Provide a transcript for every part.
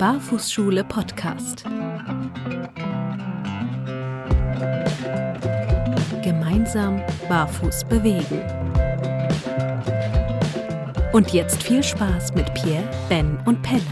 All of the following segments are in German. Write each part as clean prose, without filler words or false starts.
Barfußschule Podcast. Gemeinsam barfuß bewegen. Und jetzt viel Spaß mit Pierre, Ben und Pelle.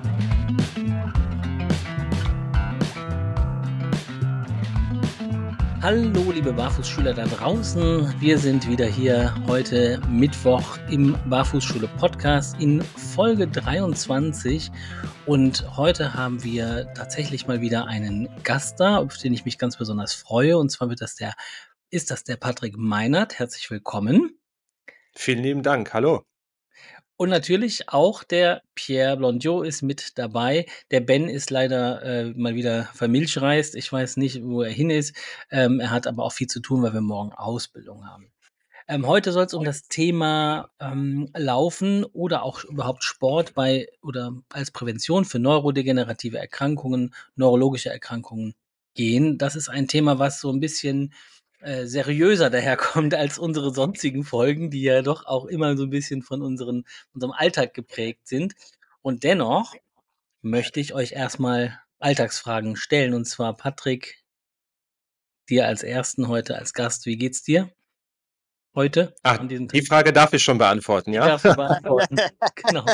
Hallo liebe Barfußschüler da draußen, wir sind wieder hier heute Mittwoch im Barfußschule Podcast in Folge 23 und heute haben wir tatsächlich mal wieder einen Gast da, auf den ich mich ganz besonders freue, und zwar ist das der Patrick Meinert. Herzlich willkommen. Vielen lieben Dank, hallo. Und natürlich auch der Pierre Blondiot ist mit dabei. Der Ben ist leider mal wieder vermilchreist. Ich weiß nicht, wo er hin ist. Er hat aber auch viel zu tun, weil wir morgen Ausbildung haben. Heute soll es um das Thema Laufen oder auch überhaupt Sport oder als Prävention für neurodegenerative Erkrankungen, neurologische Erkrankungen gehen. Das ist ein Thema, was so ein bisschen seriöser daherkommt als unsere sonstigen Folgen, die ja doch auch immer so ein bisschen von unserem Alltag geprägt sind. Und dennoch möchte ich euch erstmal Alltagsfragen stellen. Und zwar, Patrick, dir als Ersten heute als Gast. Wie geht's dir heute an diesem Tag? Die Frage darf ich schon beantworten, Die ja? darfst du beantworten. Genau.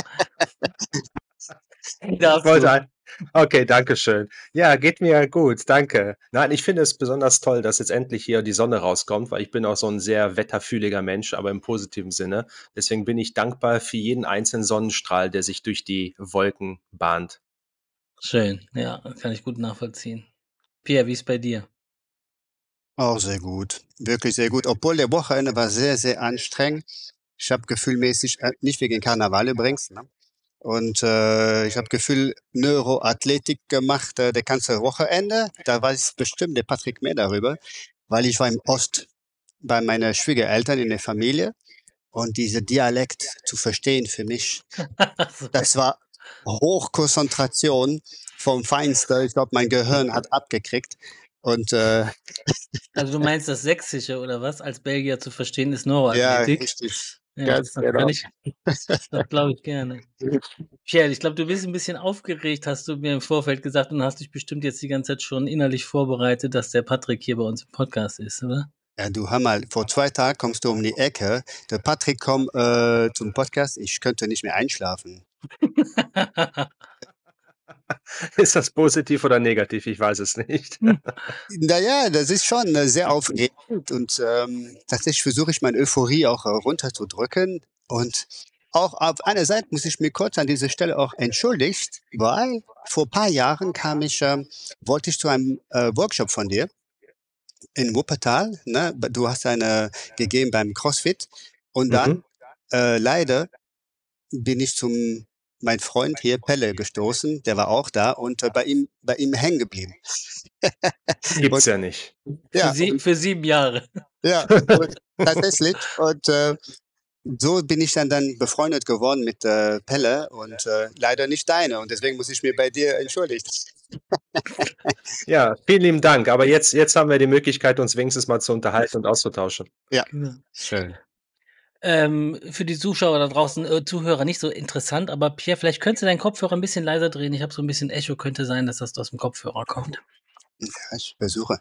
Okay, danke schön. Ja, geht mir gut, danke. Nein, ich finde es besonders toll, dass jetzt endlich hier die Sonne rauskommt, weil ich bin auch so ein sehr wetterfühliger Mensch, aber im positiven Sinne. Deswegen bin ich dankbar für jeden einzelnen Sonnenstrahl, der sich durch die Wolken bahnt. Schön, ja, kann ich gut nachvollziehen. Pierre, wie ist bei dir? Auch sehr gut, wirklich sehr gut. Obwohl der Wochenende war sehr, sehr anstrengend. Ich habe gefühlmäßig, nicht wegen Karneval übrigens, ne? Und ich habe Gefühl Neuroathletik gemacht, der ganze Wochenende. Da weiß bestimmt der Patrick mehr darüber, weil ich war im Ost bei meinen Schwiegereltern in der Familie und diese Dialekt zu verstehen für mich, das war Hochkonzentration vom Feinsten. Ich glaube, mein Gehirn hat abgekriegt und Also du meinst das Sächsische oder was? Als Belgier zu verstehen ist ja, Neuroathletik. richtig. Ja, Ganz das genau. das glaube ich gerne. Pierre, ich glaube, du bist ein bisschen aufgeregt, hast du mir im Vorfeld gesagt, und hast dich bestimmt jetzt die ganze Zeit schon innerlich vorbereitet, dass der Patrick hier bei uns im Podcast ist, oder? Ja, du hör mal, vor 2 Tagen kommst du um die Ecke. Der Patrick kommt zum Podcast. Ich könnte nicht mehr einschlafen. Ist das positiv oder negativ? Ich weiß es nicht. Naja, das ist schon sehr aufregend und tatsächlich versuche ich meine Euphorie auch runterzudrücken. Und auch auf einer Seite muss ich mir kurz an dieser Stelle auch entschuldigt, weil vor ein paar Jahren wollte ich zu einem Workshop von dir in Wuppertal. Ne? Du hast eine gegeben beim CrossFit und dann leider bin ich zum mein Freund hier Pelle gestoßen, der war auch da und bei ihm hängen geblieben. Gibt's ja nicht. Ja, Für 7 Jahre. ja, und tatsächlich. Und so bin ich dann befreundet geworden mit Pelle und leider nicht deine. Und deswegen muss ich mir bei dir entschuldigen. Ja, vielen lieben Dank. Aber jetzt haben wir die Möglichkeit, uns wenigstens mal zu unterhalten und auszutauschen. Ja, Genau. Schön. Für die Zuschauer da draußen, Zuhörer nicht so interessant, aber Pierre, vielleicht könntest du deinen Kopfhörer ein bisschen leiser drehen. Ich habe so ein bisschen Echo, könnte sein, dass das aus dem Kopfhörer kommt. ja, ich versuche.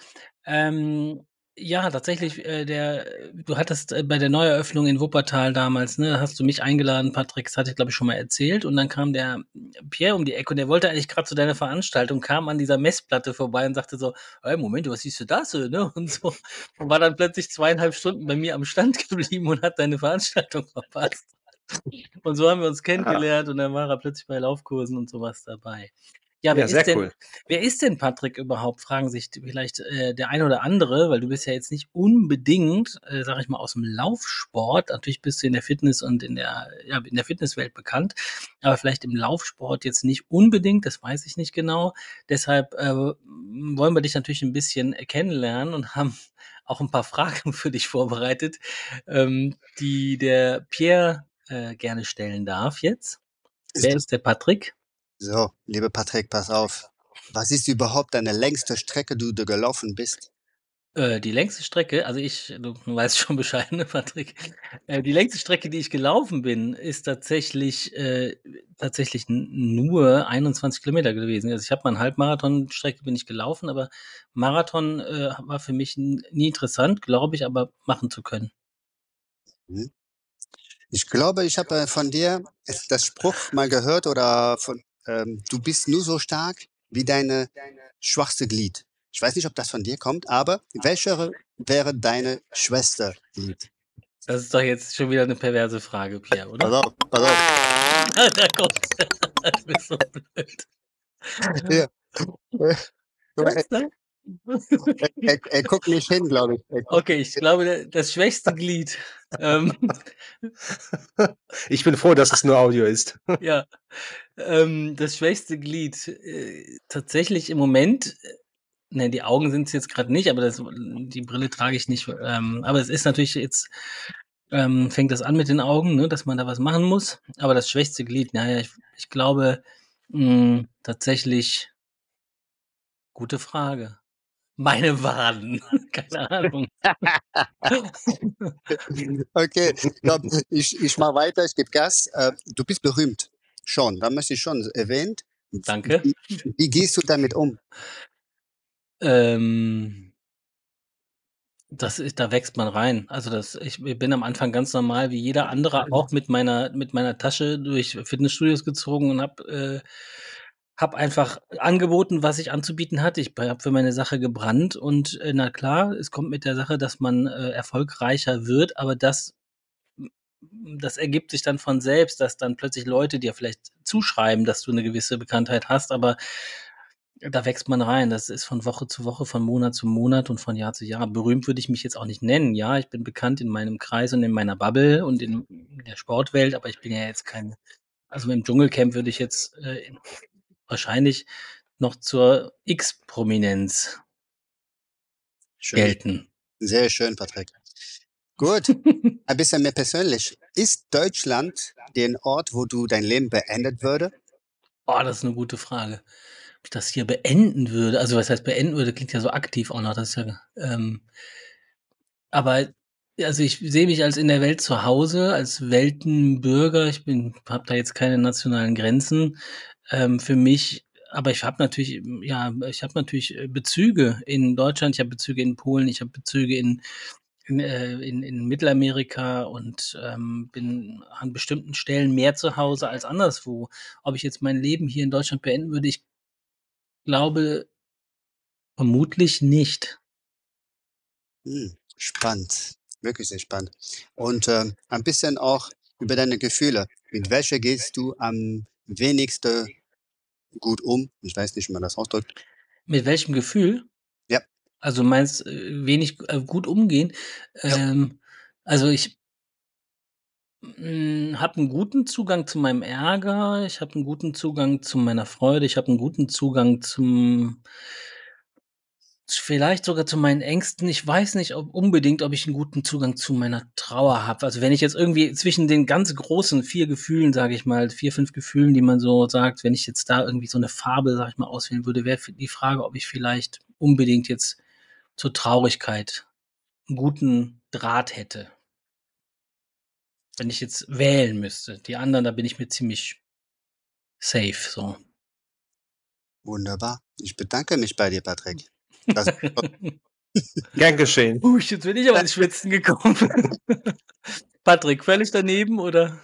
Ja, tatsächlich, du hattest bei der Neueröffnung in Wuppertal damals, ne, hast du mich eingeladen, Patrick, das hatte ich, glaube ich, schon mal erzählt. Und dann kam der Pierre um die Ecke und der wollte eigentlich gerade zu deiner Veranstaltung, kam an dieser Messplatte vorbei und sagte so, hey, Moment, was siehst du da so, ne? Und so. Und war dann plötzlich 2,5 Stunden bei mir am Stand geblieben und hat deine Veranstaltung verpasst. Und so haben wir uns kennengelernt und dann war er plötzlich bei Laufkursen und sowas dabei. Ja, Ja, sehr cool. wer ist denn Patrick überhaupt? Fragen sich vielleicht der eine oder andere, weil du bist ja jetzt nicht unbedingt, sag ich mal, aus dem Laufsport. Natürlich bist du in der Fitness und in der Fitnesswelt bekannt, aber vielleicht im Laufsport jetzt nicht unbedingt, das weiß ich nicht genau. Deshalb wollen wir dich natürlich ein bisschen kennenlernen und haben auch ein paar Fragen für dich vorbereitet, die der Pierre gerne stellen darf jetzt. Wer ist der Patrick? So, liebe Patrick, pass auf. Was ist überhaupt deine längste Strecke, die du gelaufen bist? Die längste Strecke, also du weißt schon Bescheid, ne, Patrick? Die längste Strecke, die ich gelaufen bin, ist tatsächlich nur 21 Kilometer gewesen. Also ich habe mal eine Halbmarathon-Strecke bin ich gelaufen, aber Marathon war für mich nie interessant, glaube ich, aber machen zu können. Mhm. Ich glaube, ich habe von dir das Spruch mal gehört oder du bist nur so stark wie deine schwachste Glied. Ich weiß nicht, ob das von dir kommt, aber welche wäre deine Schwesterglied? Das ist doch jetzt schon wieder eine perverse Frage, Pierre, oder? Pass auf, pass auf. Da kommt du bist so blöd. Hier. Er, Schwester? er guckt nicht hin, glaube ich. Okay, ich glaube, das schwächste Glied. Ähm, Ich bin froh, dass es nur Audio ist. ja, das schwächste Glied. Tatsächlich im Moment, ne, die Augen sind es jetzt gerade nicht, aber die Brille trage ich nicht. Aber es ist natürlich jetzt, fängt das an mit den Augen, ne, dass man da was machen muss. Aber das schwächste Glied, naja, ich glaube, tatsächlich, gute Frage. Meine Waden. Keine Ahnung. Okay, komm, ich mache weiter, ich gebe Gas. Du bist berühmt. Schon, da möchte ich schon erwähnt. Danke. Wie gehst du damit um? Ähm, da wächst man rein. Also ich bin am Anfang ganz normal wie jeder andere auch mit meiner Tasche durch Fitnessstudios gezogen und hab einfach angeboten, was ich anzubieten hatte. Ich habe für meine Sache gebrannt und na klar, es kommt mit der Sache, dass man erfolgreicher wird, aber das ergibt sich dann von selbst, dass dann plötzlich Leute dir vielleicht zuschreiben, dass du eine gewisse Bekanntheit hast, aber da wächst man rein. Das ist von Woche zu Woche, von Monat zu Monat und von Jahr zu Jahr. Berühmt würde ich mich jetzt auch nicht nennen. Ja, ich bin bekannt in meinem Kreis und in meiner Bubble und in der Sportwelt, aber ich bin ja jetzt also im Dschungelcamp würde ich jetzt wahrscheinlich noch zur X-Prominenz Schön, gelten. sehr schön, Patrick. Gut, ein bisschen mehr persönlich. Ist Deutschland den Ort, wo du dein Leben beendet würde? Oh, das ist eine gute Frage. Ob ich das hier beenden würde? Also was heißt beenden würde, klingt ja so aktiv auch noch. Das ist ja, aber also ich sehe mich als in der Welt zu Hause, als Weltenbürger. Habe da jetzt keine nationalen Grenzen für mich. Aber ich habe natürlich Bezüge in Deutschland, ich habe Bezüge in Polen, ich habe Bezüge in Mittelamerika und bin an bestimmten Stellen mehr zu Hause als anderswo. Ob ich jetzt mein Leben hier in Deutschland beenden würde, ich glaube vermutlich nicht. Spannend, wirklich sehr spannend. Und ein bisschen auch über deine Gefühle. Mit welcher gehst du am wenigsten gut um? Ich weiß nicht, wie man das ausdrückt. Mit welchem Gefühl? Ja, Also meinst wenig gut umgehen? ja. Also ich habe einen guten Zugang zu meinem Ärger, ich habe einen guten Zugang zu meiner Freude, ich habe einen guten Zugang vielleicht sogar zu meinen Ängsten. Ich weiß nicht, ob ich einen guten Zugang zu meiner Trauer habe. Also, wenn ich jetzt irgendwie zwischen den ganz großen 4 Gefühlen, sage ich mal, 4, 5 Gefühlen, die man so sagt, wenn ich jetzt da irgendwie so eine Farbe, sage ich mal, auswählen würde, wäre die Frage, ob ich vielleicht unbedingt jetzt zur Traurigkeit einen guten Draht hätte, wenn ich jetzt wählen müsste. Die anderen, da bin ich mir ziemlich safe so. Wunderbar. Ich bedanke mich bei dir, Patrick. Das, Gern geschehen. Jetzt bin ich aber ins Schwitzen gekommen. Patrick, völlig daneben oder?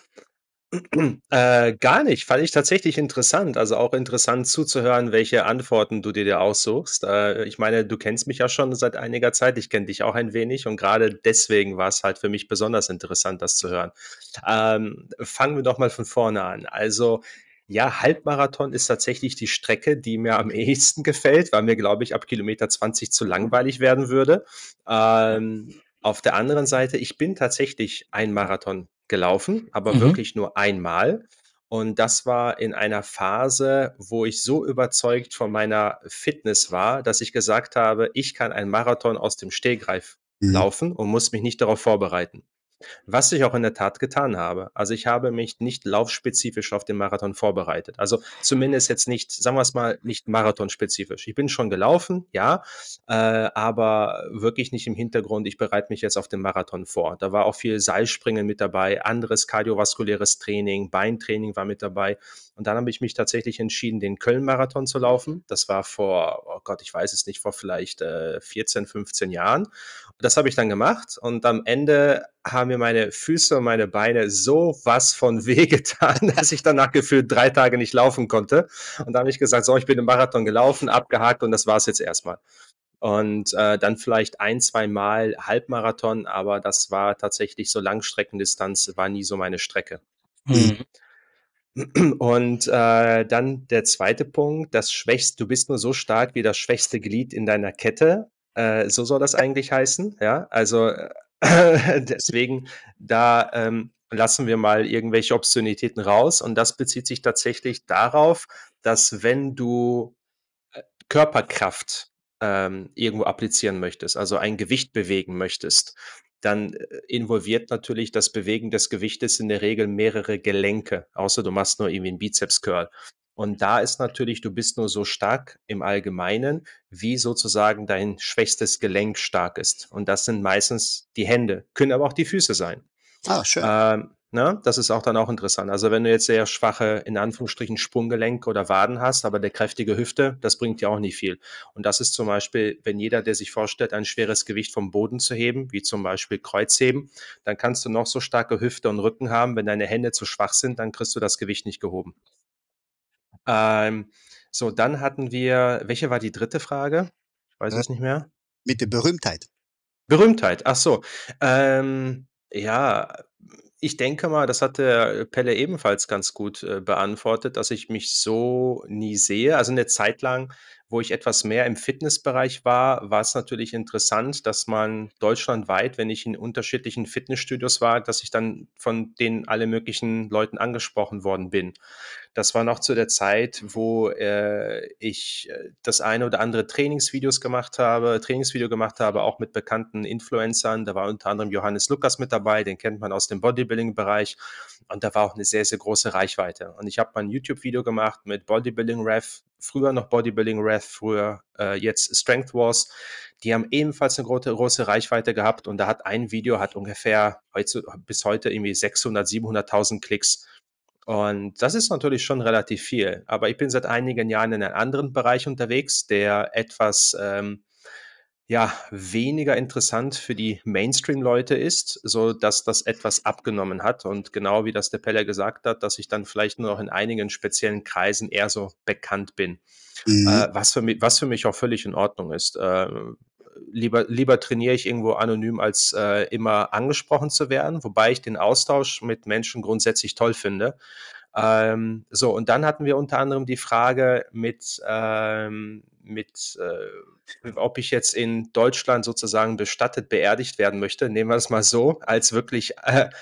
Gar nicht. Fand ich tatsächlich interessant. Also auch interessant zuzuhören, welche Antworten du dir aussuchst. Ich meine, du kennst mich ja schon seit einiger Zeit. Ich kenne dich auch ein wenig und gerade deswegen war es halt für mich besonders interessant, das zu hören. Fangen wir doch mal von vorne an. Also ja, Halbmarathon ist tatsächlich die Strecke, die mir am ehesten gefällt, weil mir, glaube ich, ab Kilometer 20 zu langweilig werden würde. Auf der anderen Seite, ich bin tatsächlich ein Marathon gelaufen, aber Mhm. wirklich nur einmal. Und das war in einer Phase, wo ich so überzeugt von meiner Fitness war, dass ich gesagt habe, ich kann einen Marathon aus dem Stegreif Mhm. laufen und muss mich nicht darauf vorbereiten. Was ich auch in der Tat getan habe. Also, ich habe mich nicht laufspezifisch auf den Marathon vorbereitet. Also, zumindest jetzt nicht, sagen wir es mal, nicht marathonspezifisch. Ich bin schon gelaufen, ja, aber wirklich nicht im Hintergrund, ich bereite mich jetzt auf den Marathon vor. Da war auch viel Seilspringen mit dabei, anderes kardiovaskuläres Training, Beintraining war mit dabei. Und dann habe ich mich tatsächlich entschieden, den Köln-Marathon zu laufen. Das war vor, oh Gott, ich weiß es nicht, vor vielleicht 14, 15 Jahren. Das habe ich dann gemacht und am Ende haben mir meine Füße und meine Beine so was von wehgetan, dass ich danach gefühlt 3 Tage nicht laufen konnte. Und da habe ich gesagt: „So, ich bin den Marathon gelaufen, abgehakt und das war's jetzt erstmal. Und, dann vielleicht ein, zweimal Halbmarathon, aber das war tatsächlich so Langstreckendistanz war nie so meine Strecke. Mhm. Mhm. Und, dann der zweite Punkt, das schwächste du bist nur so stark wie das schwächste Glied in deiner Kette. So soll das eigentlich heißen, ja? Also, deswegen, da, lassen wir mal irgendwelche Obszönitäten raus und das bezieht sich tatsächlich darauf, dass wenn du Körperkraft irgendwo applizieren möchtest, also ein Gewicht bewegen möchtest, dann involviert natürlich das Bewegen des Gewichtes in der Regel mehrere Gelenke, außer du machst nur irgendwie einen Bizeps-Curl. Und da ist natürlich, du bist nur so stark im Allgemeinen, wie sozusagen dein schwächstes Gelenk stark ist. Und das sind meistens die Hände, können aber auch die Füße sein. Ah, schön. Ne? Das ist auch dann auch interessant. Also wenn du jetzt sehr schwache, in Anführungsstrichen, Sprunggelenke oder Waden hast, aber der kräftige Hüfte, das bringt dir auch nicht viel. Und das ist zum Beispiel, wenn jeder, der sich vorstellt, ein schweres Gewicht vom Boden zu heben, wie zum Beispiel Kreuzheben, dann kannst du noch so starke Hüfte und Rücken haben. Wenn deine Hände zu schwach sind, dann kriegst du das Gewicht nicht gehoben. Ähm, so, dann hatten wir, welche war die dritte Frage? Ich weiß Äh, es nicht mehr. mit der Berühmtheit. Berühmtheit, ach so. Ja, ich denke mal, das hat der Pelle ebenfalls ganz gut, beantwortet, dass ich mich so nie sehe. Also, 'ne Zeit lang, wo ich etwas mehr im Fitnessbereich war, war es natürlich interessant, dass man deutschlandweit, wenn ich in unterschiedlichen Fitnessstudios war, dass ich dann von den alle möglichen Leuten angesprochen worden bin. Das war noch zu der Zeit, wo, ich, das eine oder andere Trainingsvideo gemacht habe, auch mit bekannten Influencern. Da war unter anderem Johannes Lukas mit dabei, den kennt man aus dem Bodybuilding-Bereich und da war auch eine sehr, sehr große Reichweite. Und ich habe mal 'n YouTube-Video gemacht mit Bodybuilding Rev, früher noch Bodybuilding Rev, früher jetzt Strength Wars. Die haben ebenfalls eine große Reichweite gehabt und da hat ein Video hat ungefähr bis heute irgendwie 600, 700.000 Klicks. Und das ist natürlich schon relativ viel. Aber ich bin seit einigen Jahren in einem anderen Bereich unterwegs, der etwas, ja, weniger interessant für die Mainstream-Leute ist, so dass das etwas abgenommen hat. Und genau wie das der Peller gesagt hat, dass ich dann vielleicht nur noch in einigen speziellen Kreisen eher so bekannt bin. Mhm. Was für mich auch völlig in Ordnung ist. Lieber trainiere ich irgendwo anonym, als immer angesprochen zu werden, wobei ich den Austausch mit Menschen grundsätzlich toll finde. So, und dann hatten wir unter anderem die Frage ob ich jetzt in Deutschland sozusagen bestattet, beerdigt werden möchte, nehmen wir es mal so, als wirklich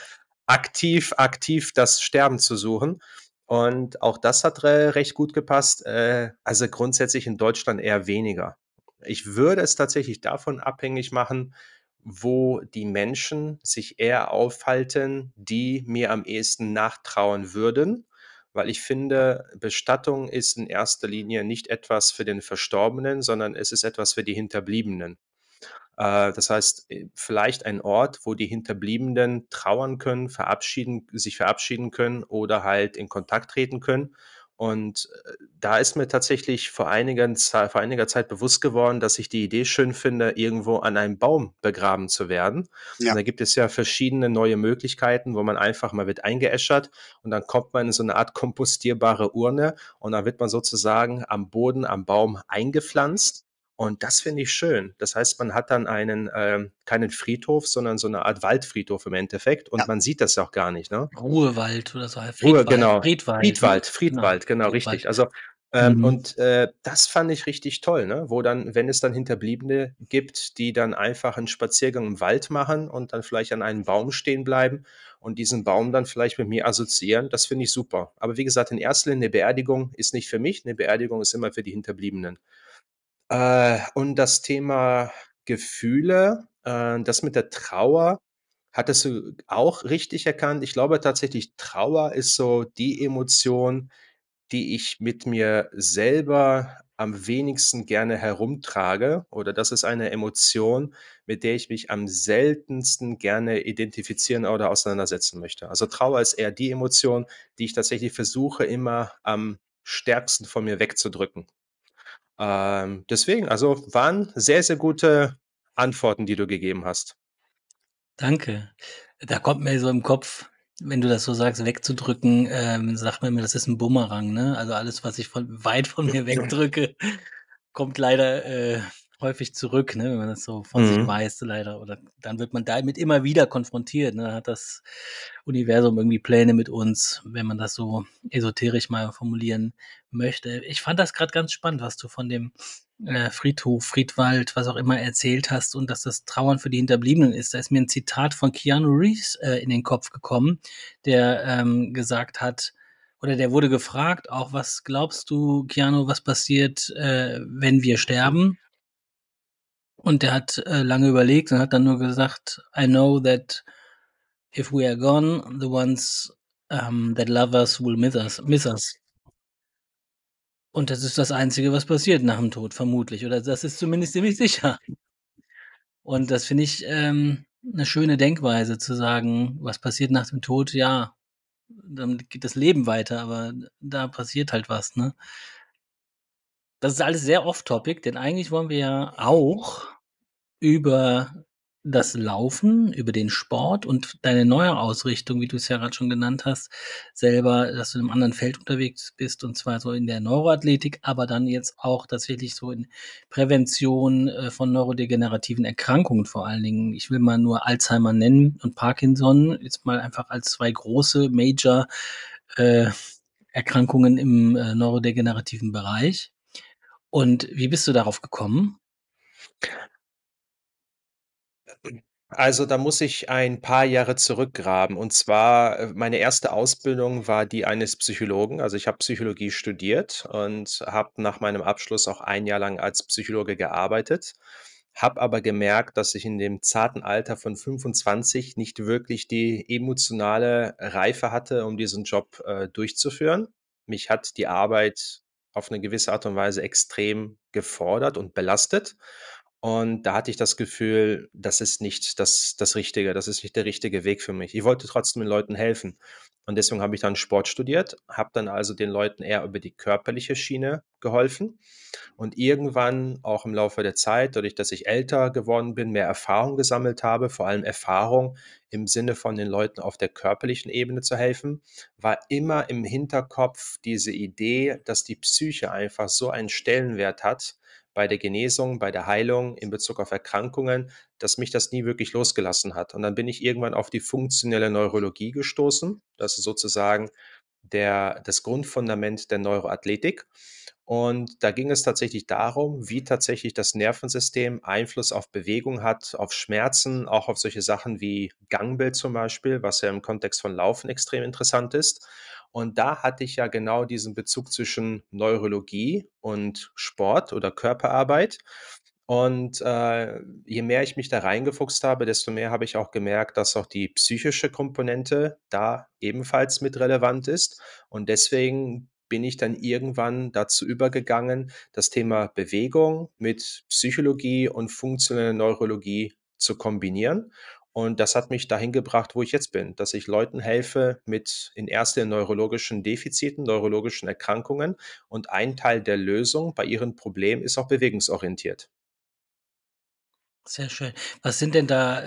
aktiv das Sterben zu suchen. Und auch das hat recht gut gepasst. Also grundsätzlich in Deutschland eher weniger. Ich würde es tatsächlich davon abhängig machen, wo die Menschen sich eher aufhalten, die mir am ehesten nachtrauern würden, weil ich finde, Bestattung ist in erster Linie nicht etwas für den Verstorbenen, sondern es ist etwas für die Hinterbliebenen. Das heißt, vielleicht ein Ort, wo die Hinterbliebenen trauern können, sich verabschieden können oder halt in Kontakt treten können. Und da ist mir tatsächlich vor einiger Zeit bewusst geworden, dass ich die Idee schön finde, irgendwo an einem Baum begraben zu werden. Und Ja, da gibt es ja verschiedene neue Möglichkeiten, wo man einfach mal wird eingeäschert und dann kommt man in so eine Art kompostierbare Urne und dann wird man sozusagen am Boden, am Baum eingepflanzt und das finde ich schön. Das heißt, man hat dann keinen Friedhof, sondern so eine Art Waldfriedhof im Endeffekt und ja. man sieht das auch gar nicht, ne? Ruhewald oder so, Ruhe, Friedwald, genau. Friedwald, ne? Genau, Friedwald, genau, Friedwald. richtig. Also, Mhm. das fand ich richtig toll, ne? Wo dann, wenn es dann Hinterbliebene gibt, die dann einfach einen Spaziergang im Wald machen und dann vielleicht an einem Baum stehen bleiben und diesen Baum dann vielleicht mit mir assoziieren, das finde ich super. Aber wie gesagt, in erster Linie 'ne Beerdigung ist nicht für mich, eine Beerdigung ist immer für die Hinterbliebenen. Und das Thema Gefühle, das mit der Trauer hattest du auch richtig erkannt. Ich glaube tatsächlich, Trauer ist so die Emotion, die ich mit mir selber am wenigsten gerne herumtrage, oder das ist eine Emotion, mit der ich mich am seltensten gerne identifizieren oder auseinandersetzen möchte. Also Trauer ist eher die Emotion, die ich tatsächlich versuche, immer am stärksten von mir wegzudrücken. Deswegen, also waren sehr, sehr gute Antworten, die du gegeben hast. Danke. Da kommt mir so im Kopf, wenn du das so sagst, wegzudrücken, sagt man immer, das ist ein Bumerang, ne? Also, alles, was ich von weit von mir wegdrücke, kommt leider, häufig zurück, ne, wenn man das so von sich Mhm. weiß leider. Oder dann wird man damit immer wieder konfrontiert, ne? Hat das Universum irgendwie Pläne mit uns, wenn man das so esoterisch mal formulieren möchte. Ich fand das gerade ganz spannend, was du von dem, Friedhof, Friedwald, was auch immer erzählt hast und dass das Trauern für die Hinterbliebenen ist. Da ist mir ein Zitat von Keanu Reeves, in den Kopf gekommen, der, gesagt hat oder der wurde gefragt auch: „Was glaubst du, Keanu, was passiert, wenn wir sterben?“ Und der hat, lange überlegt und hat dann nur gesagt: „I know that if we are gone, the ones, that love us will miss us.“ Und das ist das Einzige, was passiert nach dem Tod vermutlich, oder das ist zumindest ziemlich sicher. Und das finde ich, 'ne schöne Denkweise zu sagen: „Was passiert nach dem Tod? Ja, dann geht das Leben weiter, aber da passiert halt was“, ne? Das ist alles sehr off topic, denn eigentlich wollen wir ja auch über das Laufen, über den Sport und deine neue Ausrichtung, wie du es ja grad schon genannt hast, selber, dass du in 'nem anderen Feld unterwegs bist, und zwar so in der Neuroathletik, aber dann jetzt auch tatsächlich so in Prävention, von neurodegenerativen Erkrankungen vor allen Dingen. Ich will mal nur Alzheimer nennen und Parkinson, jetzt mal einfach als 2 große Major, äh, Erkrankungen im, neurodegenerativen Bereich. Und wie bist du darauf gekommen? Also, da muss ich ein paar Jahre zurückgraben. Und zwar, meine erste Ausbildung war die eines Psychologen. Also, ich habe Psychologie studiert und habe nach meinem Abschluss auch ein Jahr lang als Psychologe gearbeitet, habe aber gemerkt, dass ich in dem zarten Alter von 25 nicht wirklich die emotionale Reife hatte, um diesen Job, durchzuführen. Mich hat die Arbeit auf eine gewisse Art und Weise extrem gefordert und belastet. Und da hatte ich das Gefühl, das ist nicht das Richtige, das ist nicht der richtige Weg für mich. Ich wollte trotzdem den Leuten helfen. Und deswegen habe ich dann Sport studiert, habe dann also den Leuten eher über die körperliche Schiene geholfen. Und irgendwann, auch im Laufe der Zeit, dadurch, dass ich älter geworden bin, mehr Erfahrung gesammelt habe, vor allem Erfahrung im Sinne von den Leuten auf der körperlichen Ebene zu helfen, war immer im Hinterkopf diese Idee, dass die Psyche einfach so einen Stellenwert hat bei der Genesung, bei der Heilung in Bezug auf Erkrankungen, dass mich das nie wirklich losgelassen hat. Und dann bin ich irgendwann auf die funktionelle Neurologie gestoßen. Das ist sozusagen das Grundfundament der Neuroathletik. Und da ging es tatsächlich darum, wie tatsächlich das Nervensystem Einfluss auf Bewegung hat, auf Schmerzen, auch auf solche Sachen wie Gangbild zum Beispiel, was ja im Kontext von Laufen extrem interessant ist. Und da hatte ich ja genau diesen Bezug zwischen Neurologie und Sport oder Körperarbeit. Und je mehr ich mich da reingefuchst habe, desto mehr habe ich auch gemerkt, dass auch die psychische Komponente da ebenfalls mit relevant ist. Und deswegen bin ich dann irgendwann dazu übergegangen, das Thema Bewegung mit Psychologie und funktioneller Neurologie zu kombinieren. Und das hat mich dahin gebracht, wo ich jetzt bin, dass ich Leuten helfe mit in erster Linie neurologischen Defiziten, neurologischen Erkrankungen. Und ein Teil der Lösung bei ihren Problemen ist auch bewegungsorientiert. Sehr schön. Was sind denn da,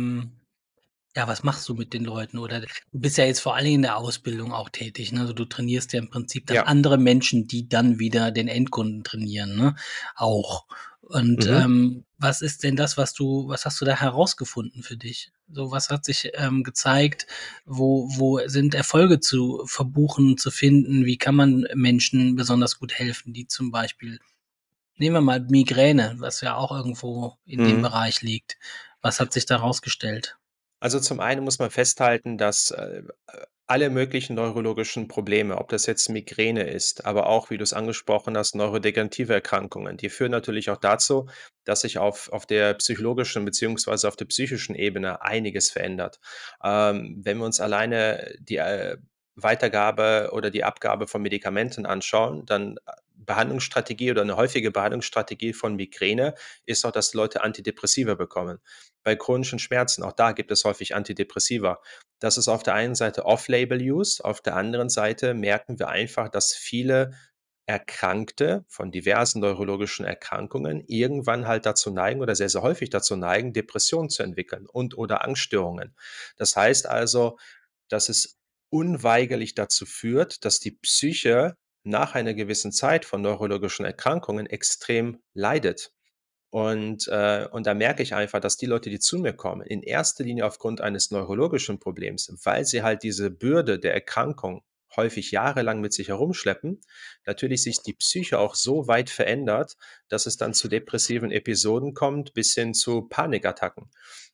ja, was machst du mit den Leuten? Oder du bist ja jetzt vor allen Dingen in der Ausbildung auch tätig, ne? Also, du trainierst ja im Prinzip dann Ja. andere Menschen, die dann wieder den Endkunden trainieren, ne, auch. Und, Mhm. was ist denn das, was hast du da herausgefunden für dich? So, was hat sich, gezeigt? Wo sind Erfolge zu verbuchen, zu finden? Wie kann man Menschen besonders gut helfen, die zum Beispiel nehmen wir mal Migräne, was ja auch irgendwo in dem Mhm. Bereich liegt. Was hat sich da rausgestellt? Also, zum einen muss man festhalten, dass, alle möglichen neurologischen Probleme, ob das jetzt Migräne ist, aber auch, wie du es angesprochen hast, neurodegenerative Erkrankungen. Die führen natürlich auch dazu, dass sich auf der psychologischen beziehungsweise auf der psychischen Ebene einiges verändert. Wenn wir uns alleine die Weitergabe oder die Abgabe von Medikamenten anschauen, dann Behandlungsstrategie oder eine häufige Behandlungsstrategie von Migräne ist auch, dass die Leute Antidepressiva bekommen. Bei chronischen Schmerzen, auch da gibt es häufig Antidepressiva. Das ist auf der einen Seite Off-Label-Use, auf der anderen Seite merken wir einfach, dass viele Erkrankte von diversen neurologischen Erkrankungen irgendwann halt dazu neigen oder sehr, sehr häufig dazu neigen, Depressionen zu entwickeln und oder Angststörungen. Das heißt also, dass es unweigerlich dazu führt, dass die Psyche nach einer gewissen Zeit von neurologischen Erkrankungen extrem leidet. Und da merke ich einfach, dass die Leute, die zu mir kommen, in erster Linie aufgrund eines neurologischen Problems, weil sie halt diese Bürde der Erkrankung häufig jahrelang mit sich herumschleppen, natürlich sich die Psyche auch so weit verändert, dass es dann zu depressiven Episoden kommt, bis hin zu Panikattacken.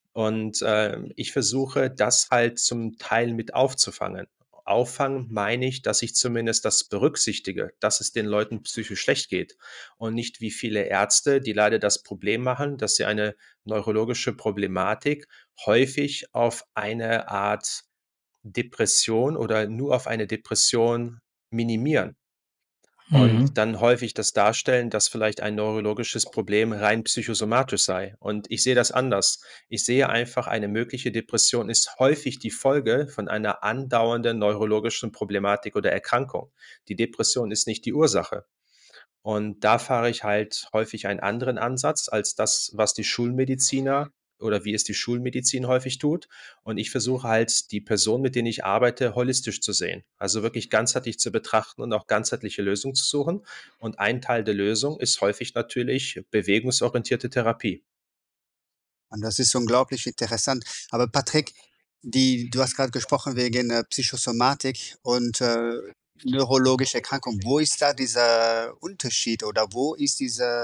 Ich versuche, das halt zum Teil mit aufzufangen. Auffangen meine ich, dass ich zumindest das berücksichtige, dass es den Leuten psychisch schlecht geht und nicht wie viele Ärzte, die leider das Problem machen, dass sie eine neurologische Problematik häufig auf eine Art Depression oder nur auf eine Depression minimieren. Und Mhm. dann häufig das darstellen, dass vielleicht ein neurologisches Problem rein psychosomatisch sei. Und ich sehe das anders. Ich sehe einfach, eine mögliche Depression ist häufig die Folge von einer andauernden neurologischen Problematik oder Erkrankung. Die Depression ist nicht die Ursache. Und da fahre ich halt häufig einen anderen Ansatz als das, was die Schulmediziner oder wie es die Schulmedizin häufig tut. Und ich versuche halt, die Personen, mit denen ich arbeite, holistisch zu sehen. Also wirklich ganzheitlich zu betrachten und auch ganzheitliche Lösungen zu suchen. Und ein Teil der Lösung ist häufig natürlich bewegungsorientierte Therapie. Und das ist unglaublich interessant. Aber Patrick, du hast gerade gesprochen wegen Psychosomatik und neurologische Erkrankung. Wo ist da dieser Unterschied oder wo ist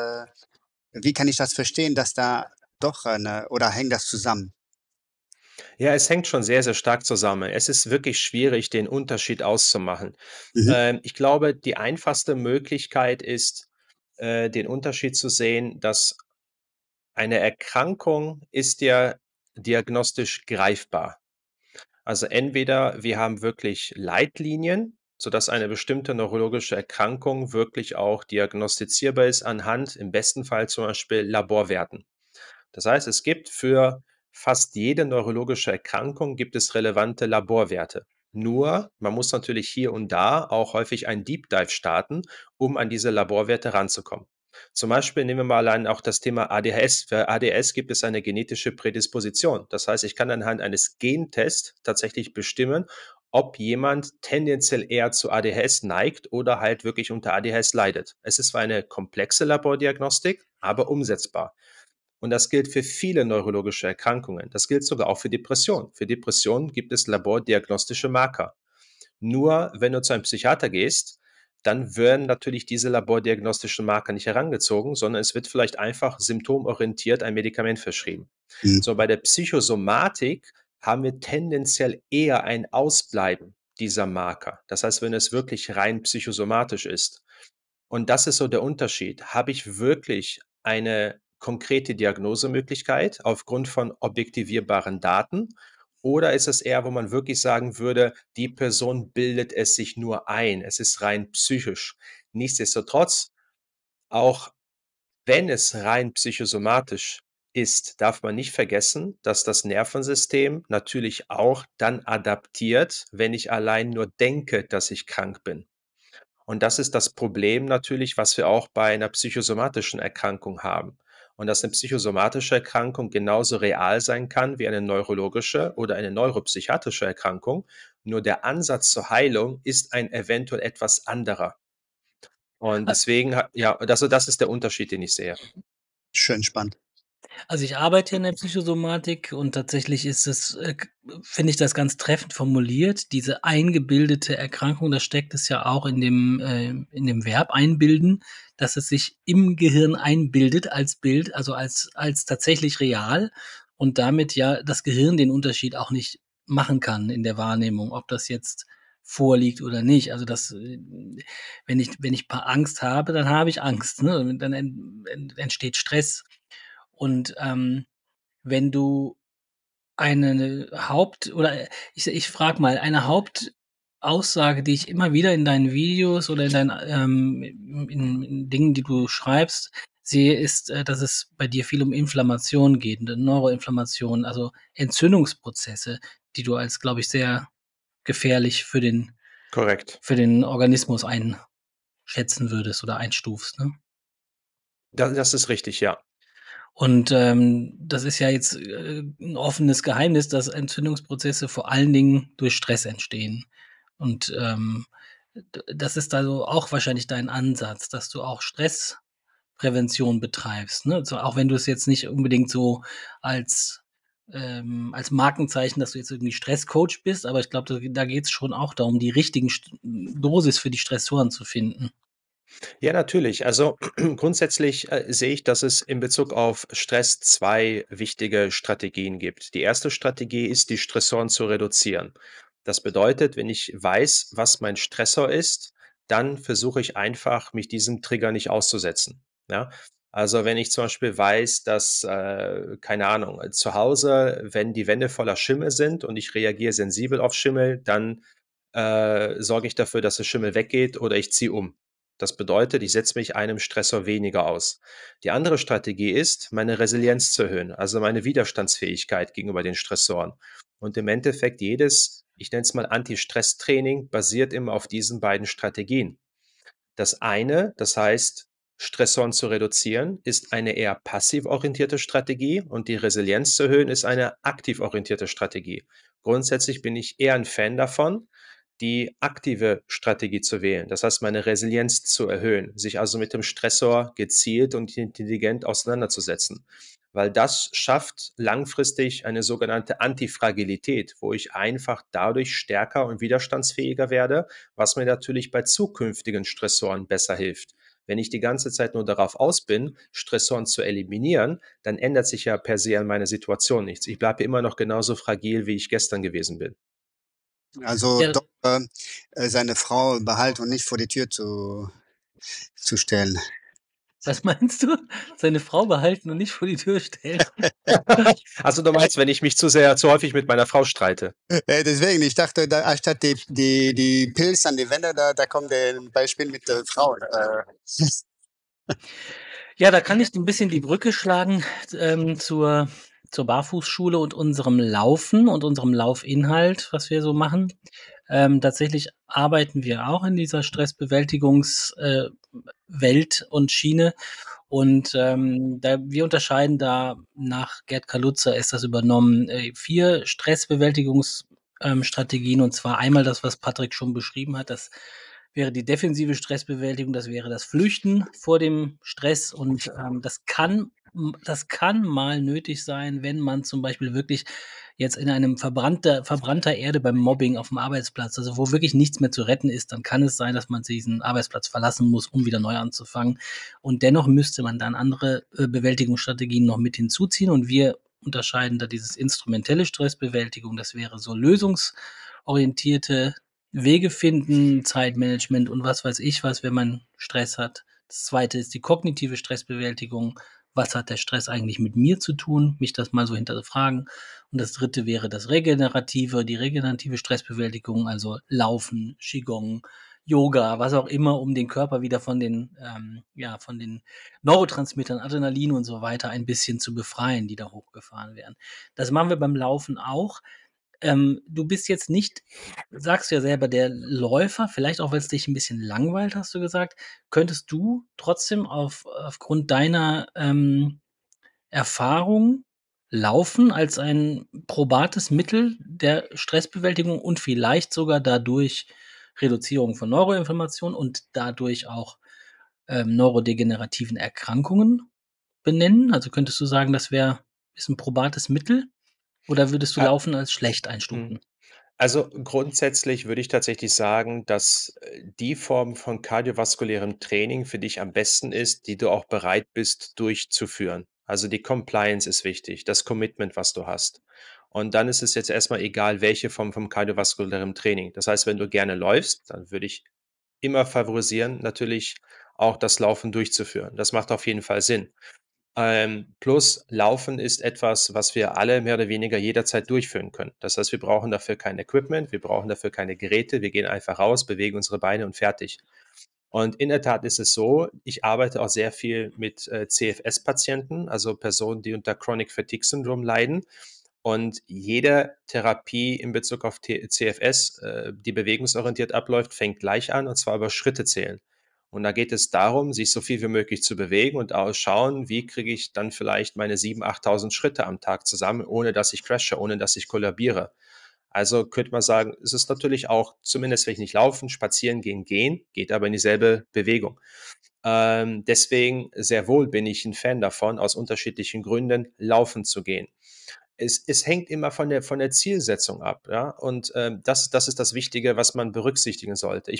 wie kann ich das verstehen, dass da doch oder hängt das zusammen? Ja, es hängt schon sehr, sehr stark zusammen. Es ist wirklich schwierig, den Unterschied auszumachen. Mhm. Ich glaube, die einfachste Möglichkeit ist, den Unterschied zu sehen, dass eine Erkrankung ist ja diagnostisch greifbar. Also entweder wir haben wirklich Leitlinien, sodass eine bestimmte neurologische Erkrankung wirklich auch diagnostizierbar ist anhand im besten Fall zum Beispiel Laborwerten. Das heißt, es gibt für fast jede neurologische Erkrankung gibt es relevante Laborwerte. Nur, man muss natürlich hier und da auch häufig ein Deep Dive starten, um an diese Laborwerte ranzukommen. Zum Beispiel nehmen wir mal allein auch das Thema ADHS. Für ADHS gibt es eine genetische Prädisposition. Das heißt, ich kann anhand eines Gentests tatsächlich bestimmen, ob jemand tendenziell eher zu ADHS neigt oder halt wirklich unter ADHS leidet. Es ist zwar eine komplexe Labordiagnostik, aber umsetzbar. Und das gilt für viele neurologische Erkrankungen. Das gilt sogar auch für Depressionen. Für Depressionen gibt es labordiagnostische Marker. Nur wenn du zu einem Psychiater gehst, dann werden natürlich diese labordiagnostischen Marker nicht herangezogen, sondern es wird vielleicht einfach symptomorientiert ein Medikament verschrieben. Mhm. So, bei der Psychosomatik haben wir tendenziell eher ein Ausbleiben dieser Marker. Das heißt, wenn es wirklich rein psychosomatisch ist. Und das ist so der Unterschied. Habe ich wirklich eine konkrete Diagnosemöglichkeit aufgrund von objektivierbaren Daten? Oder ist es eher, wo man wirklich sagen würde, die Person bildet es sich nur ein, es ist rein psychisch. Nichtsdestotrotz, auch wenn es rein psychosomatisch ist, darf man nicht vergessen, dass das Nervensystem natürlich auch dann adaptiert, wenn ich allein nur denke, dass ich krank bin. Und das ist das Problem natürlich, was wir auch bei einer psychosomatischen Erkrankung haben. Und dass eine psychosomatische Erkrankung genauso real sein kann wie eine neurologische oder eine neuropsychiatrische Erkrankung. Nur der Ansatz zur Heilung ist ein eventuell etwas anderer. Und deswegen, ja, also das ist der Unterschied, den ich sehe. Schön spannend. Also, ich arbeite in der Psychosomatik und tatsächlich ist es, finde ich das ganz treffend formuliert. Diese eingebildete Erkrankung, da steckt es ja auch in dem Verb einbilden, dass es sich im Gehirn einbildet als Bild, also als tatsächlich real und damit ja das Gehirn den Unterschied auch nicht machen kann in der Wahrnehmung, ob das jetzt vorliegt oder nicht. Also das, wenn ich paar Angst habe, dann habe ich Angst, ne? Und dann entsteht Stress. Und wenn du eine Haupt oder ich frage mal, eine Hauptaussage, die ich immer wieder in deinen Videos oder in deinen in Dingen, die du schreibst, sehe, ist, dass es bei dir viel um Inflammation geht, Neuroinflammation, also Entzündungsprozesse, die du als, glaube ich, sehr gefährlich Korrekt. für den Organismus einschätzen würdest oder einstufst, ne? Das ist richtig, ja. Und das ist ja jetzt 'n offenes Geheimnis, dass Entzündungsprozesse vor allen Dingen durch Stress entstehen. Und das ist also auch wahrscheinlich dein Ansatz, dass du auch Stressprävention betreibst, ne? So, auch wenn du es jetzt nicht unbedingt so als als Markenzeichen, dass du jetzt irgendwie Stresscoach bist, aber ich glaube, da geht es schon auch darum, die richtigen Dosis für die Stressoren zu finden. Ja, natürlich. Also grundsätzlich sehe ich, dass es in Bezug auf Stress zwei wichtige Strategien gibt. Die erste Strategie ist, die Stressoren zu reduzieren. Das bedeutet, wenn ich weiß, was mein Stressor ist, dann versuche ich einfach, mich diesem Trigger nicht auszusetzen. Ja? Also wenn ich zum Beispiel weiß, dass, keine Ahnung, zu Hause, wenn die Wände voller Schimmel sind und ich reagiere sensibel auf Schimmel, dann sorge ich dafür, dass der Schimmel weggeht oder ich ziehe um. Das bedeutet, ich setze mich einem Stressor weniger aus. Die andere Strategie ist, meine Resilienz zu erhöhen, also meine Widerstandsfähigkeit gegenüber den Stressoren. Und im Endeffekt jedes, ich nenne es mal Anti-Stress-Training, basiert immer auf diesen beiden Strategien. Das eine, das heißt, Stressoren zu reduzieren, ist eine eher passiv orientierte Strategie und die Resilienz zu erhöhen ist eine aktiv orientierte Strategie. Grundsätzlich bin ich eher ein Fan davon, die aktive Strategie zu wählen. Das heißt, meine Resilienz zu erhöhen, sich also mit dem Stressor gezielt und intelligent auseinanderzusetzen. Weil das schafft langfristig eine sogenannte Antifragilität, wo ich einfach dadurch stärker und widerstandsfähiger werde, was mir natürlich bei zukünftigen Stressoren besser hilft. Wenn ich die ganze Zeit nur darauf aus bin, Stressoren zu eliminieren, dann ändert sich ja per se an meiner Situation nichts. Ich bleibe immer noch genauso fragil, wie ich gestern gewesen bin. Also Ja, doch, seine Frau behalten und nicht vor die Tür zu stellen. was meinst du? Seine Frau behalten und nicht vor die Tür stellen? Also du meinst, wenn ich mich zu häufig mit meiner Frau streite? Deswegen, ich dachte, da, anstatt die Pilz an die Wände, da kommt ein Beispiel mit der Frau. Ja, da kann ich ein bisschen die Brücke schlagen, zur Barfußschule und unserem Laufen und unserem Laufinhalt, was wir so machen. Tatsächlich arbeiten wir auch in dieser Stressbewältigungs Welt und Schiene. Und da wir unterscheiden da nach Gerd Kaluza ist das übernommen, 4 Stressbewältigungsstrategien, und zwar einmal das, was Patrick schon beschrieben hat. Das wäre die defensive Stressbewältigung, das wäre das Flüchten vor dem Stress, und das kann mal nötig sein, wenn man zum Beispiel wirklich jetzt in einem verbrannter Erde beim Mobbing auf dem Arbeitsplatz, also wo wirklich nichts mehr zu retten ist, dann kann es sein, dass man diesen Arbeitsplatz verlassen muss, um wieder neu anzufangen. Und dennoch müsste man dann andere Bewältigungsstrategien noch mit hinzuziehen. Und wir unterscheiden da dieses instrumentelle Stressbewältigung, das wäre so lösungsorientierte Wege finden, Zeitmanagement und was weiß ich was, wenn man Stress hat. Das zweite ist die kognitive Stressbewältigung. Was hat der Stress eigentlich mit mir zu tun? Mich das mal so hinterfragen. Und das dritte wäre die regenerative Stressbewältigung, also Laufen, Qigong, Yoga, was auch immer, um den Körper wieder von den Neurotransmittern, Adrenalin und so weiter ein bisschen zu befreien, die da hochgefahren werden. Das machen wir beim Laufen auch. Du bist jetzt nicht, sagst du ja selber, der Läufer, vielleicht auch, weil es dich ein bisschen langweilt, hast du gesagt. Könntest du trotzdem aufgrund deiner Erfahrung Laufen als ein probates Mittel der Stressbewältigung und vielleicht sogar dadurch Reduzierung von Neuroinflammation und dadurch auch neurodegenerativen Erkrankungen benennen? Also könntest du sagen, ist ein probates Mittel, oder würdest du Ah, Laufen als schlecht mhm. einstufen? Also grundsätzlich würde ich tatsächlich sagen, dass die Form von kardiovaskulärem Training für dich am besten ist, die du auch bereit bist durchzuführen. Also die Compliance ist wichtig, das Commitment, was du hast. Und dann ist es jetzt erstmal egal, welche Form vom kardiovaskulären Training. Das heißt, wenn du gerne läufst, dann würde ich immer favorisieren, natürlich auch das Laufen durchzuführen. Das macht auf jeden Fall Sinn. Plus Laufen ist etwas, was wir alle mehr oder weniger jederzeit durchführen können. Das heißt, wir brauchen dafür kein Equipment, wir brauchen dafür keine Geräte, wir gehen einfach raus, bewegen unsere Beine und fertig. Und in der Tat ist es so, ich arbeite auch sehr viel mit CFS-Patienten, also Personen, die unter Chronic Fatigue Syndrome leiden. Und jede Therapie in Bezug auf CFS, die bewegungsorientiert abläuft, fängt gleich an, und zwar über Schritte zählen. Und da geht es darum, sich so viel wie möglich zu bewegen und ausschauen, wie kriege ich dann vielleicht meine 7.000, 8.000 Schritte am Tag zusammen, ohne dass ich crashe, ohne dass ich kollabiere. Also könnte man sagen, es ist natürlich auch, zumindest wenn ich nicht laufen, spazieren gehen, geht aber in dieselbe Bewegung. Deswegen sehr wohl bin ich ein Fan davon, aus unterschiedlichen Gründen laufen zu gehen. Es hängt immer von der Zielsetzung ab, ja. Und das ist das Wichtige, was man berücksichtigen sollte.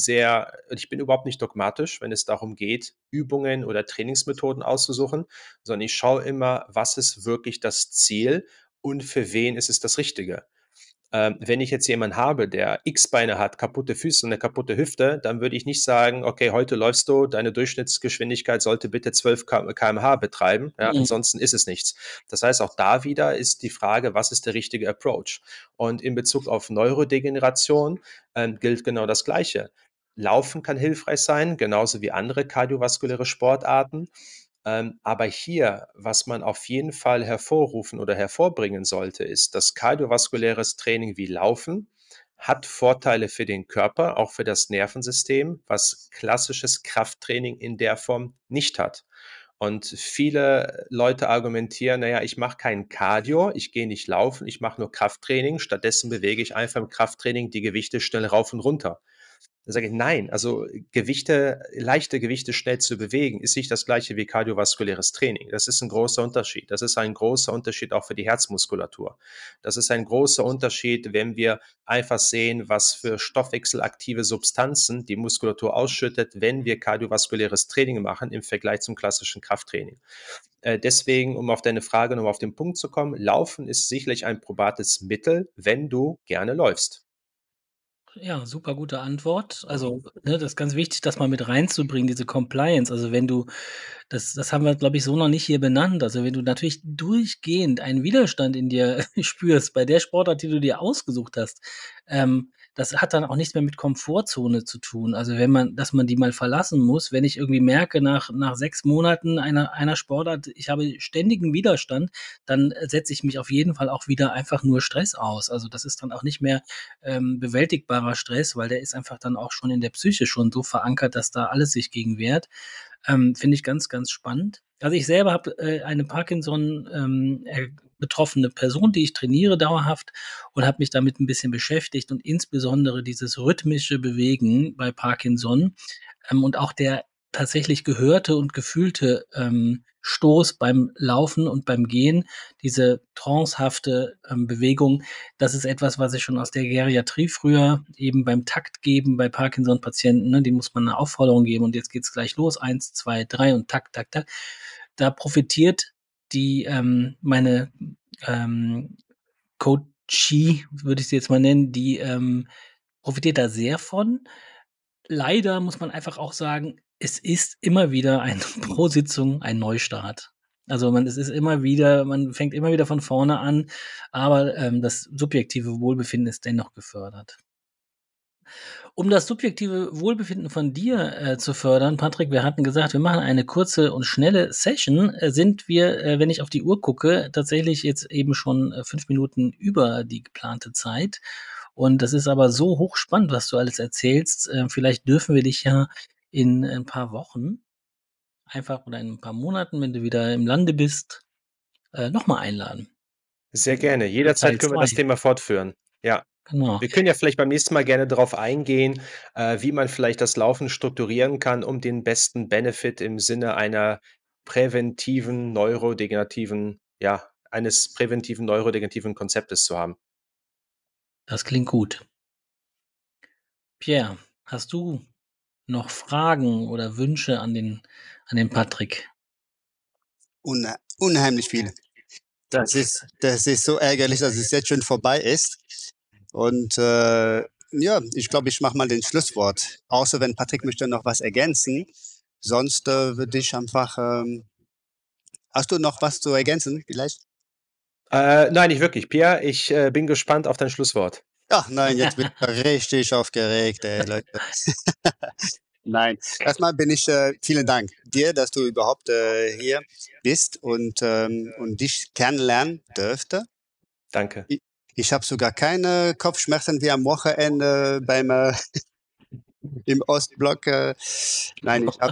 Ich bin überhaupt nicht dogmatisch, wenn es darum geht, Übungen oder Trainingsmethoden auszusuchen, sondern ich schaue immer, was ist wirklich das Ziel und für wen ist es das Richtige. Wenn ich jetzt jemanden habe, der X-Beine hat, kaputte Füße und eine kaputte Hüfte, dann würde ich nicht sagen, okay, heute läufst du, deine Durchschnittsgeschwindigkeit sollte bitte 12 km/h betreiben, ja, Mhm. ansonsten ist es nichts. Das heißt, auch da wieder ist die Frage, was ist der richtige Approach? Und in Bezug auf Neurodegeneration gilt genau das Gleiche. Laufen kann hilfreich sein, genauso wie andere kardiovaskuläre Sportarten. Aber hier, was man auf jeden Fall hervorrufen oder hervorbringen sollte, ist, dass kardiovaskuläres Training wie Laufen hat Vorteile für den Körper, auch für das Nervensystem, was klassisches Krafttraining in der Form nicht hat. Und viele Leute argumentieren, naja, ich mache kein Cardio, ich gehe nicht laufen, ich mache nur Krafttraining, stattdessen bewege ich einfach im Krafttraining die Gewichte schnell rauf und runter. Da sage ich, nein, also leichte Gewichte schnell zu bewegen, ist nicht das gleiche wie kardiovaskuläres Training. Das ist ein großer Unterschied. Das ist ein großer Unterschied auch für die Herzmuskulatur. Das ist ein großer Unterschied, wenn wir einfach sehen, was für stoffwechselaktive Substanzen die Muskulatur ausschüttet, wenn wir kardiovaskuläres Training machen im Vergleich zum klassischen Krafttraining. Deswegen, um auf deine Frage nochmal auf den Punkt zu kommen, Laufen ist sicherlich ein probates Mittel, wenn du gerne läufst. Ja, super gute Antwort. Also, ne, das ist ganz wichtig, das mal mit reinzubringen, diese Compliance. Also, wenn du das haben wir, glaube ich, so noch nicht hier benannt. Also, wenn du natürlich durchgehend einen Widerstand in dir spürst bei der Sportart, die du dir ausgesucht hast, das hat dann auch nichts mehr mit Komfortzone zu tun. Also, wenn man dass man die mal verlassen muss, wenn ich irgendwie merke, nach 6 Monaten einer Sportart, ich habe ständigen Widerstand, dann setze ich mich auf jeden Fall auch wieder einfach nur Stress aus. Also, das ist dann auch nicht mehr bewältigbarer Stress, weil der ist einfach dann auch schon in der Psyche schon so verankert, dass da alles sich gegen wehrt. Finde ich ganz, ganz spannend. Also ich selber habe eine Parkinson betroffene Person, die ich trainiere dauerhaft und habe mich damit ein bisschen beschäftigt und insbesondere dieses rhythmische Bewegen bei Parkinson und auch der tatsächlich gehörte und gefühlte Stoß beim Laufen und beim Gehen, diese trancehafte Bewegung, das ist etwas, was ich schon aus der Geriatrie früher eben beim Takt geben bei Parkinson-Patienten, ne, die muss man eine Aufforderung geben und jetzt geht's gleich los, 1, 2, 3 und Takt, Takt, Takt. Da profitiert die meine ähm, Coachie, würde ich sie jetzt mal nennen, die profitiert da sehr von. Leider muss man einfach auch sagen, es ist immer wieder ein pro Sitzung ein Neustart. Also, es ist immer wieder man fängt immer wieder von vorne an, aber, das subjektive Wohlbefinden ist dennoch gefördert. Um das subjektive Wohlbefinden von dir, zu fördern, Patrick, wir hatten gesagt, wir machen eine kurze und schnelle Session, sind wir, wenn ich auf die Uhr gucke, tatsächlich jetzt eben schon, 5 Minuten über die geplante Zeit. Und das ist aber so hochspannend, was du alles erzählst. Vielleicht dürfen wir dich ja in ein paar Wochen einfach oder in ein paar Monaten, wenn du wieder im Lande bist, noch mal einladen Sehr gerne. für Teil Jederzeit können wir 2. das Thema fortführen. Ja. Genau. Wir können ja vielleicht beim nächsten Mal gerne darauf eingehen, wie man vielleicht das Laufen strukturieren kann, um den besten Benefit im Sinne einer präventiven neurodegenerativen ja, eines präventiven neurodegenerativen Konzeptes zu haben. Das klingt gut. Pierre, hast du noch Fragen oder Wünsche an den Patrick? Unheimlich viele. Das ist so ärgerlich, dass es jetzt schon vorbei ist. Und ja, ich glaube, ich mache mal den Schlusswort. Außer wenn Patrick möchte noch was ergänzen. Sonst würde ich einfach. Hast du noch was zu ergänzen, vielleicht? Nein, nicht wirklich. Pierre, ich bin gespannt auf dein Schlusswort. Ach nein, jetzt bin ich richtig aufgeregt, ey, Leute. Nein, erstmal bin ich, vielen Dank dir, dass du überhaupt hier bist und dich kennenlernen dürfte. Danke. Ich habe sogar keine Kopfschmerzen wie am Wochenende im Ostblock. Nein, ich habe.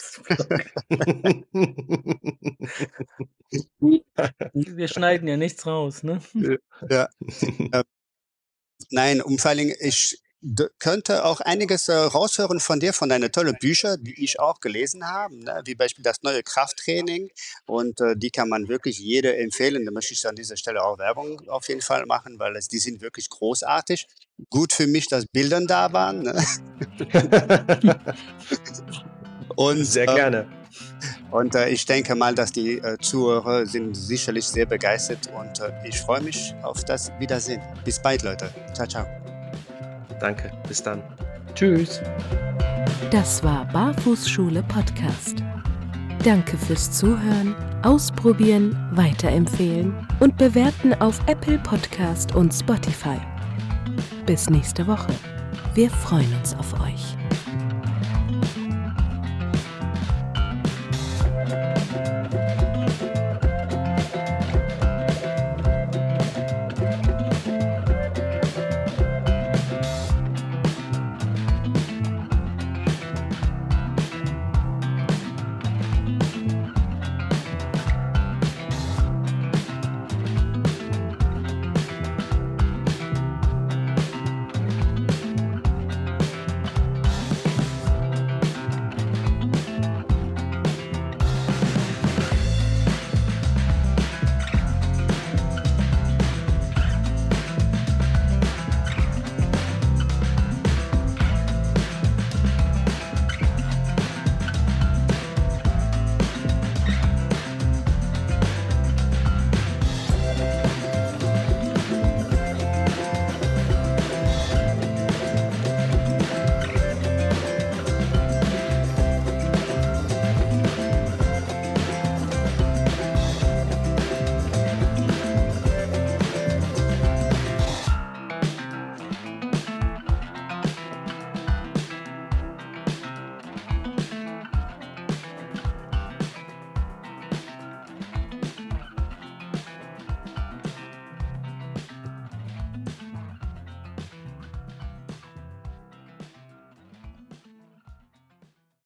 Wir schneiden ja nichts raus, ne? Ja. Nein, vor allen Dingen, ich könnte auch einiges raushören von dir, von deinen tollen Büchern, die ich auch gelesen habe, ne? Wie Beispiel das neue Krafttraining. Und die kann man wirklich jeder empfehlen. Da möchte ich an dieser Stelle auch Werbung auf jeden Fall machen, weil die sind wirklich großartig. Gut für mich, dass Bilder da waren. Ne? Und, Sehr gerne. Und ich denke mal, dass die Zuhörer sind sicherlich sehr begeistert und ich freue mich auf das Wiedersehen. Bis bald, Leute. Ciao, ciao. Danke, bis dann. Tschüss. Das war Barfußschule Podcast. Danke fürs Zuhören, Ausprobieren, Weiterempfehlen und Bewerten auf Apple Podcast und Spotify. Bis nächste Woche. Wir freuen uns auf euch.